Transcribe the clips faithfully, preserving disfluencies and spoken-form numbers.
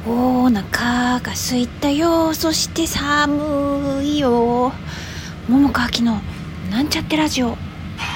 お腹が空いたよ、そして寒いよ。桃川きのなんちゃってラジオ、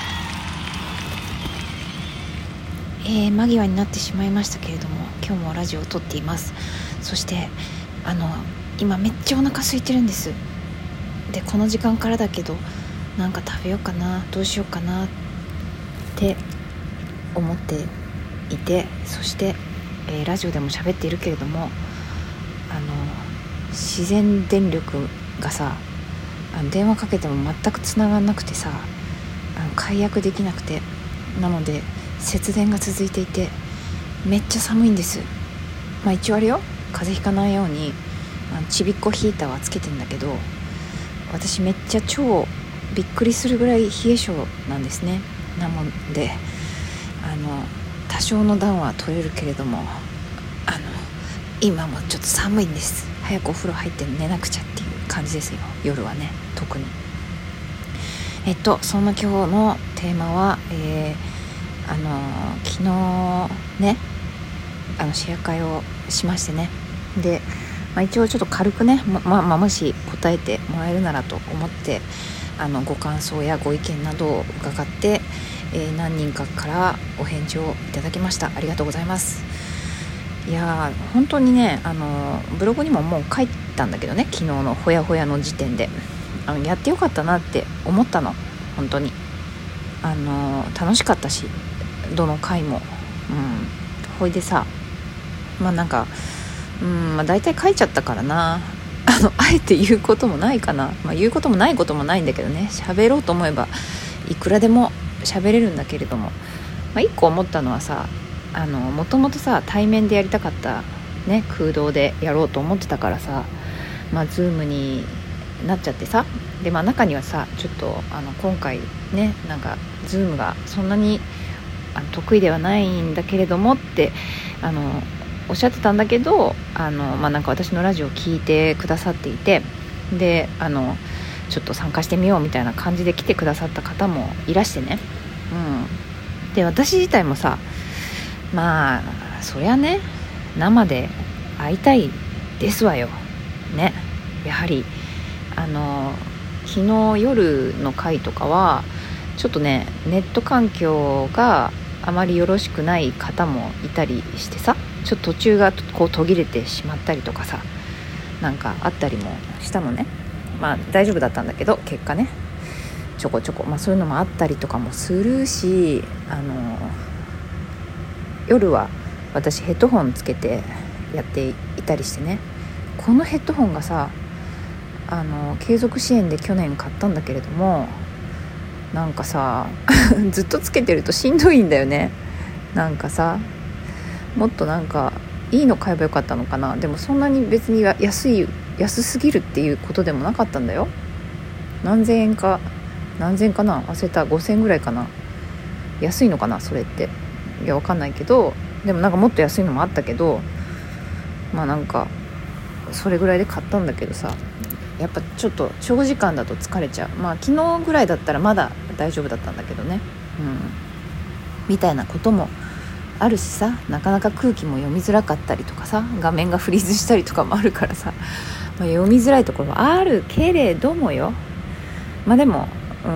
えー、間際になってしまいましたけれども、今日もラジオを撮っています。そしてあの今めっちゃお腹空いてるんです。でこの時間からだけどなんか食べようかな、どうしようかなって思っていて、そして、えー、ラジオでも喋っているけれども、あの自然電力がさ、あの電話かけても全く繋がんなくてさ、あの解約できなくて、なので節電が続いていてめっちゃ寒いんです。まあ一応あれよ、風邪ひかないようにあのちびっこヒーターはつけてんだけど、私めっちゃ超びっくりするぐらい冷え性なんですね。なもんであの多少の暖は取れるけれども、あの今もちょっと寒いんです。早くお風呂入って寝なくちゃっていう感じですよ、夜はね。特にえっとそんな今日のテーマは、えー、あの昨日ねあのシェア会をしましてね。で、まあ、一応ちょっと軽くね、ままあ、もし答えてもらえるならと思ってあのご感想やご意見などを伺って、えー、何人かからお返事をいただきました。ありがとうございます。いやー本当にね、あのブログにももう書いたんだけどね、昨日のほやほやの時点であのやってよかったなって思ったの。本当にあの楽しかったし、どの回も、うん、ほいでさ、まあなんか、うんまあ、大体書いちゃったからな、あのあえて言うこともないかな、まあ、言うこともないこともないんだけどね、喋ろうと思えばいくらでも喋れるんだけれども、まあ、一個思ったのはさ、あのもともとさ対面でやりたかったね、空洞でやろうと思ってたからさ、まあズームになっちゃってさ、でまあ中にはさちょっとあの今回ね、なんかズームがそんなにあの得意ではないんだけれどもってあのおっしゃってたんだけど、あのまあなんか私のラジオを聞いてくださっていて、であのちょっと参加してみようみたいな感じで来てくださった方もいらしてね、うん、で私自体もさ、まあそりゃね生で会いたいですわよね。やはりあの昨日夜の回とかはちょっとねネット環境があまりよろしくない方もいたりしてさ、ちょっと途中がこう途切れてしまったりとかさ、なんかあったりもしたのね。まあ大丈夫だったんだけど結果ね、ちょこちょこ、まあ、そういうのもあったりとかもするし、あの夜は私ヘッドホンつけてやっていたりしてね、このヘッドホンがさ、あの継続支援で去年買ったんだけれども、なんかさずっとつけてるとしんどいんだよね。なんかさもっとなんかいいの買えばよかったのかな。でもそんなに別に安い安すぎるっていうことでもなかったんだよ。何千円か何千円かな忘れた、ごせんえんぐらいかな。安いのかなそれって。いやわかんないけど、でもなんかもっと安いのもあったけど、まあなんかそれぐらいで買ったんだけどさ、やっぱちょっと長時間だと疲れちゃう。まあ昨日ぐらいだったらまだ大丈夫だったんだけどね、うん、みたいなこともあるしさ、なかなか空気も読みづらかったりとかさ、画面がフリーズしたりとかもあるからさ、まあ、読みづらいところはあるけれどもよ、まあでも、うん、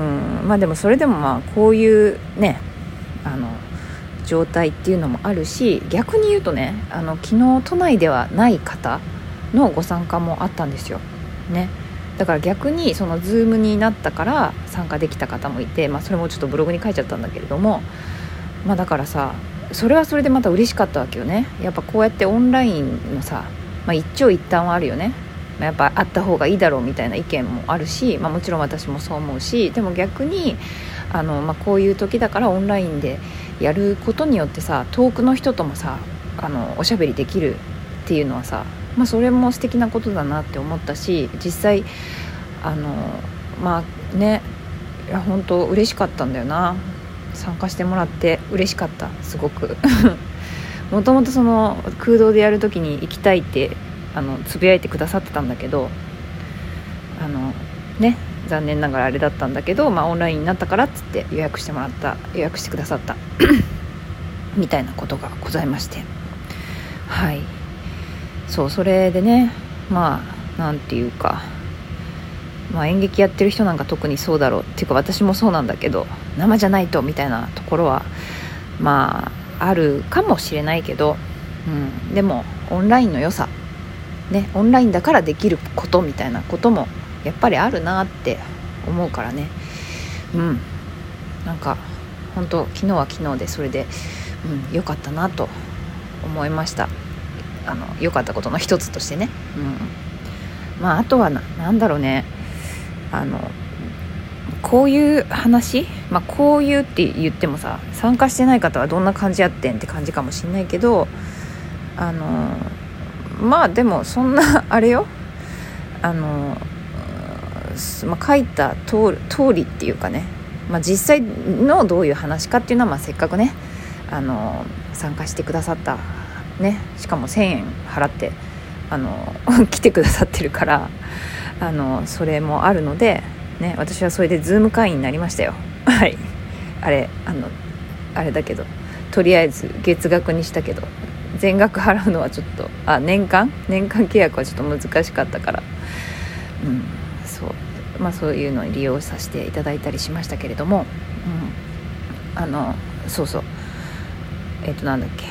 まあでもそれでもまあこういうねあの状態っていうのもあるし、逆に言うとね、あの昨日都内ではない方のご参加もあったんですよね。だから逆にそのズームになったから参加できた方もいて、まあそれもちょっとブログに書いちゃったんだけれども、まあだからさそれはそれでまた嬉しかったわけよね。やっぱこうやってオンラインのさ、まあ、一長一短はあるよね。やっぱあった方がいいだろうみたいな意見もあるし、まあ、もちろん私もそう思うし、でも逆にあの、まあ、こういう時だからオンラインでやることによってさ、遠くの人ともさあのおしゃべりできるっていうのはさ、まあ、それも素敵なことだなって思ったし、実際あのまあね、いや本当嬉しかったんだよな。参加してもらって嬉しかった、すごくもともとその空洞でやるときに行きたいってあのつぶやいてくださってたんだけど、あのね残念ながらあれだったんだけど、まあ、オンラインになったからっつって予約してもらった予約してくださったみたいなことがございまして、はい。 そうそれでね、まあなんていうか、まあ、演劇やってる人なんか特にそうだろうっていうか、私もそうなんだけど、生じゃないとみたいなところはまああるかもしれないけど、うん、でもオンラインの良さね、オンラインだからできることみたいなこともやっぱりあるなって思うからね。うんなんか本当昨日は昨日でそれで良、うん、かったなと思いました。あの良かったことの一つとしてね、うん、まああとは な, なんだろうねあのこういう話、まあこういうって言ってもさ、参加してない方はどんな感じやってんって感じかもしれないけど、あのまあでもそんなあれよ、あの、まあ、書いた通り、通りっていうかね、まあ、実際のどういう話かっていうのは、まあ、せっかくねあの参加してくださったね、しかもせんえん払ってあの来てくださってるから、あのそれもあるので、ね、私はそれでズーム会員になりましたよはいあれあのあれだけど、とりあえず月額にしたけど、全額払うのはちょっとあ年間年間契約はちょっと難しかったから、うんそうまあそういうのに利用させていただいたりしましたけれども、うん、あのそうそうえっとなんだっけ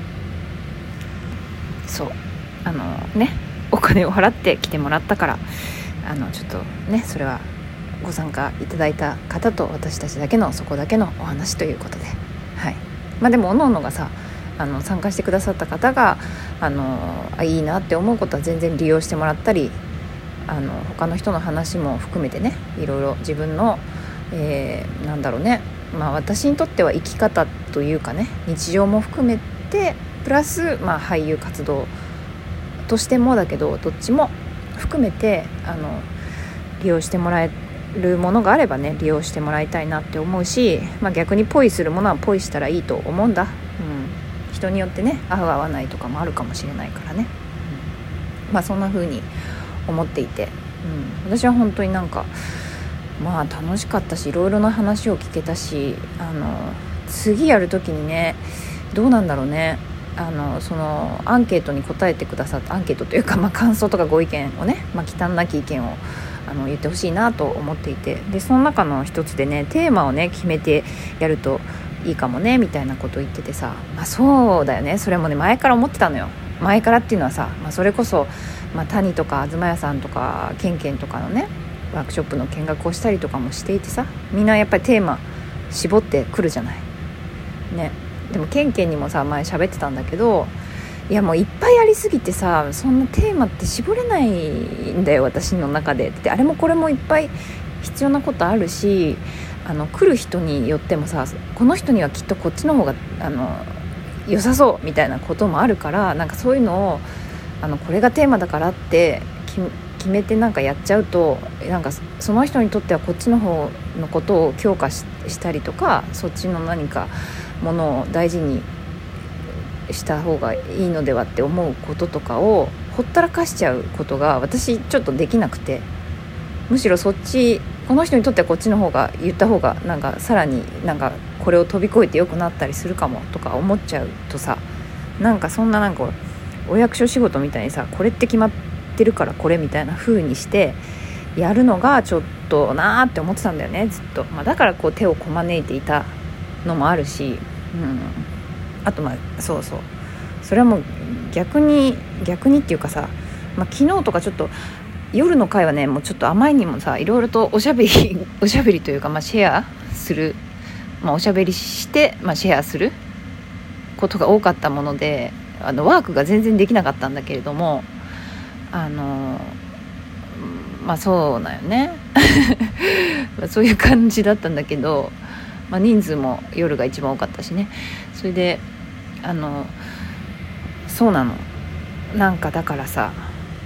そうあのねお金を払って来てもらったから、あのちょっとねそれはご参加いただいた方と私たちだけのそこだけのお話ということで、はいまあでもおのおのがさあの参加してくださった方があのあいいなって思うことは全然利用してもらったり、あの他の人の話も含めてね、いろいろ自分の、えー、なんだろうね、まあ私にとっては生き方というかね、日常も含めてプラス、まあ、俳優活動としてもだけど、どっちも含めてあの利用してもらえるものがあればね利用してもらいたいなって思うし、まあ、逆にポイするものはポイしたらいいと思うんだ、うん、人によってね合う合わないとかもあるかもしれないからね、うん、まあそんな風に思っていて、うん、私は本当になんかまあ楽しかったし、いろいろな話を聞けたし、あの次やる時にねどうなんだろうね、あのそのアンケートに答えてくださったアンケートというか、まあ、感想とかご意見をね、まあ、忌憚なき意見をあの言ってほしいなと思っていて、でその中の一つでねテーマをね決めてやるといいかもねみたいなことを言っててさ、まあ、そうだよね、それもね前から思ってたのよ。前からっていうのはさ、まあ、それこそ、まあ、谷とか東屋さんとかケンケンとかのねワークショップの見学をしたりとかもしていてさ、みんなやっぱりテーマ絞ってくるじゃないね。でもケンケンにもさ前喋ってたんだけど、いやもういっぱいありすぎてさ、そんなテーマって絞れないんだよ私の中でって。あれもこれもいっぱい必要なことあるし、あの来る人によってもさ、この人にはきっとこっちの方があの良さそうみたいなこともあるから、なんかそういうのをあのこれがテーマだからって決めてなんかやっちゃうと、なんかその人にとってはこっちの方のことを強化 し, したりとか、そっちの何かものを大事にした方がいいのではって思うこととかをほったらかしちゃうことが私ちょっとできなくて、むしろそっちこの人にとってはこっちの方が言った方がなんかさらになんかこれを飛び越えて良くなったりするかもとか思っちゃうとさ、なんかそんななんかお役所仕事みたいにさ、これって決まってるからこれみたいな風にしてやるのがちょっとなーって思ってたんだよねずっと、まあ、だからこう手をこまねいていたのもあるし、うん、あとまあそうそうそれはもう逆に逆にっていうかさ、まあ、昨日とかちょっと夜の会はねもうちょっとあまりにもさいろいろとおしゃべりおしゃべりというか、まあ、シェアする、まあ、おしゃべりして、まあ、シェアすることが多かったもので、あのワークが全然できなかったんだけれども、あのまあそうだよねそういう感じだったんだけど、まあ、人数も夜が一番多かったしね。それであのそうなの、なんかだからさ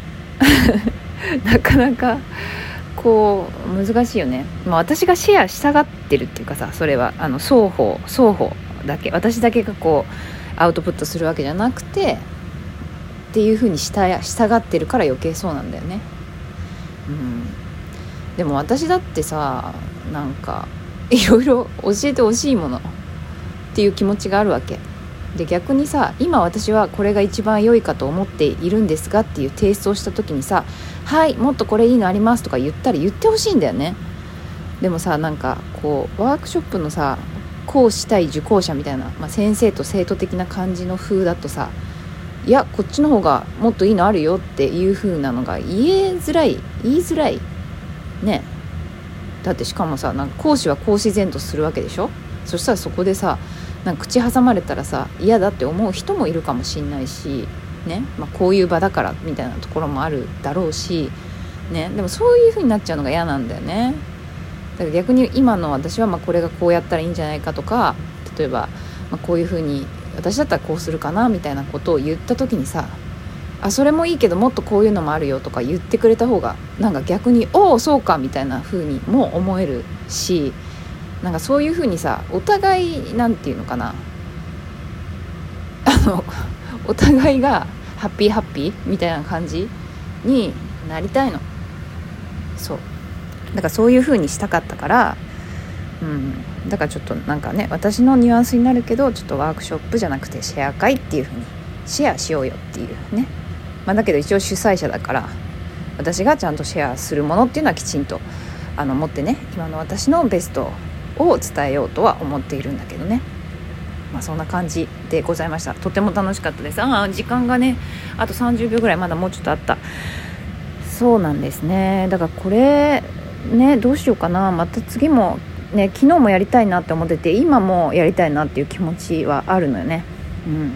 なかなかこう難しいよね、まあ、私がシェアしたがってるっていうかさ、それはあの双方双方だけ、私だけがこうアウトプットするわけじゃなくてっていう風にした従ってるから余計そうなんだよね、うん、でも私だってさなんかいろいろ教えてほしいものっていう気持ちがあるわけで逆にさ、今私はこれが一番良いかと思っているんですがっていう提出をした時にさ、はいもっとこれいいのありますとか言ったら言ってほしいんだよね。でもさ、なんかこうワークショップのさ講師対受講者みたいな、まあ、先生と生徒的な感じの風だとさ、いやこっちの方がもっといいのあるよっていう風なのが言えづらい言いづらいね。だってしかもさ、なんか講師は講師前とするわけでしょ。そしたらそこでさ、なんか口挟まれたらさ嫌だって思う人もいるかもしんないしね、まあ、こういう場だからみたいなところもあるだろうしね。でもそういう風になっちゃうのが嫌なんだよね。だから逆に今の私はまあこれがこうやったらいいんじゃないかとか、例えばまあこういう風に私だったらこうするかなみたいなことを言った時にさ、あそれもいいけどもっとこういうのもあるよとか言ってくれた方がなんか逆におおそうかみたいな風にも思えるし、なんかそういう風にさお互いなんていうのかな、あのお互いがハッピーハッピーみたいな感じになりたいの。そうだからそういう風にしたかったから、うん、だからちょっとなんかね私のニュアンスになるけど、ちょっとワークショップじゃなくてシェア会っていう風にシェアしようよっていうね、まあ、だけど一応主催者だから私がちゃんとシェアするものっていうのはきちんとあの持ってね、今の私のベストを伝えようとは思っているんだけどね。まあそんな感じでございました。とても楽しかったです。ああ時間がねあとさんじゅうびょうぐらいまだもうちょっとあった。そうなんですね。だからこれねどうしようかな、また次もね昨日もやりたいなって思ってて、今もやりたいなっていう気持ちはあるのよね。うん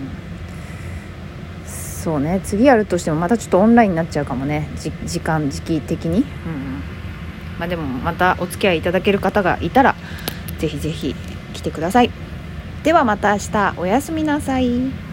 そうね、次やるとしてもまたちょっとオンラインになっちゃうかもね、じ時間時期的に、うんまあ、でもまたお付き合いいただける方がいたらぜひぜひ来てください。ではまた明日、おやすみなさい。